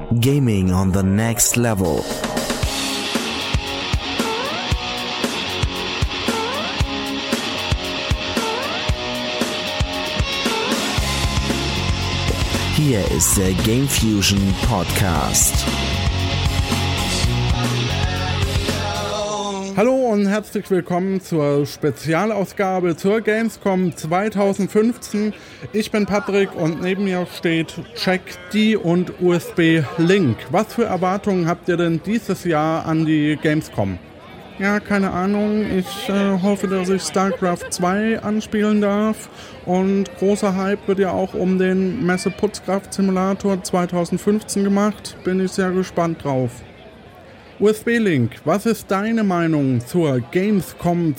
Gaming on the next level. Hier ist der Game Fusion Podcast. Hallo und herzlich willkommen zur Spezialausgabe zur Gamescom 2015. Ich bin Patrick und neben mir steht Check D und USB Link. Was für Erwartungen habt ihr denn dieses Jahr an die Gamescom? Ja, keine Ahnung. Ich hoffe, dass ich StarCraft 2 anspielen darf. Und großer Hype wird ja auch um den Messe-Putzkraft-Simulator 2015 gemacht. Bin ich sehr gespannt drauf. USB-Link, was ist deine Meinung zur Gamescom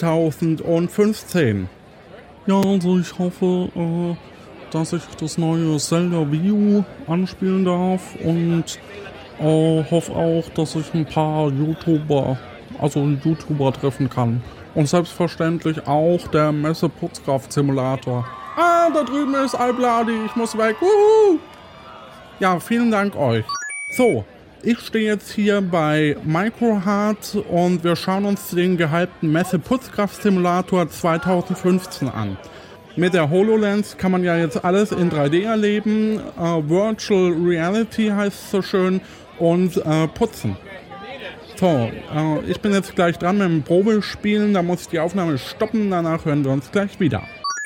2015? Ja, also ich hoffe, dass ich das neue Zelda Wii U anspielen darf und hoffe auch, dass ich ein paar YouTuber treffen kann. Und selbstverständlich auch der Messe-Putzkraft-Simulator. Ah, da drüben ist Albladi, ich muss weg. Wuhu! Ja, vielen Dank euch. So. Ich stehe jetzt hier bei Microhard und wir schauen uns den gehypten Messe-Putzkraft-Simulator 2015 an. Mit der HoloLens kann man ja jetzt alles in 3D erleben, Virtual Reality heißt es so schön, und putzen. So, ich bin jetzt gleich dran mit dem Probespielen, da muss ich die Aufnahme stoppen, danach hören wir uns gleich wieder.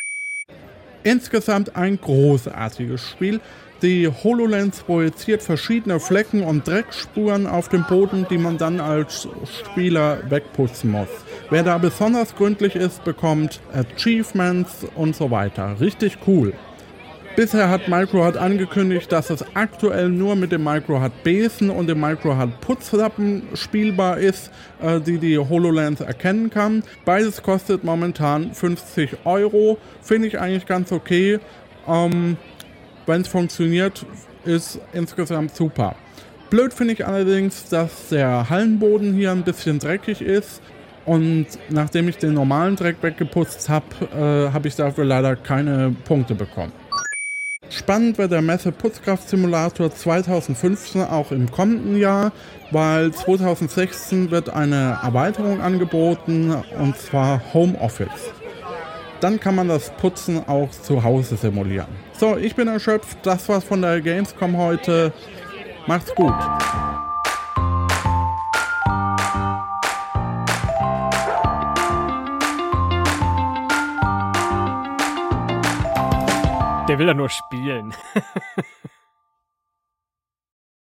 Insgesamt ein großartiges Spiel. Die HoloLens projiziert verschiedene Flecken und Dreckspuren auf dem Boden, die man dann als Spieler wegputzen muss. Wer da besonders gründlich ist, bekommt Achievements und so weiter. Richtig cool. Bisher hat Microhard angekündigt, dass es aktuell nur mit dem Microhard Besen und dem Microhard Putzlappen spielbar ist, die HoloLens erkennen kann. Beides kostet momentan 50 €. Finde ich eigentlich ganz okay. Wenn es funktioniert, ist insgesamt super. Blöd finde ich allerdings, dass der Hallenboden hier ein bisschen dreckig ist und nachdem ich den normalen Dreck weggeputzt habe, habe ich dafür leider keine Punkte bekommen. Spannend wird der Messe-Putzkraft-Simulator 2015 auch im kommenden Jahr, weil 2016 wird eine Erweiterung angeboten und zwar Homeoffice. Dann kann man das Putzen auch zu Hause simulieren. So, ich bin erschöpft. Das war's von der Gamescom heute. Macht's gut. Der will ja nur spielen.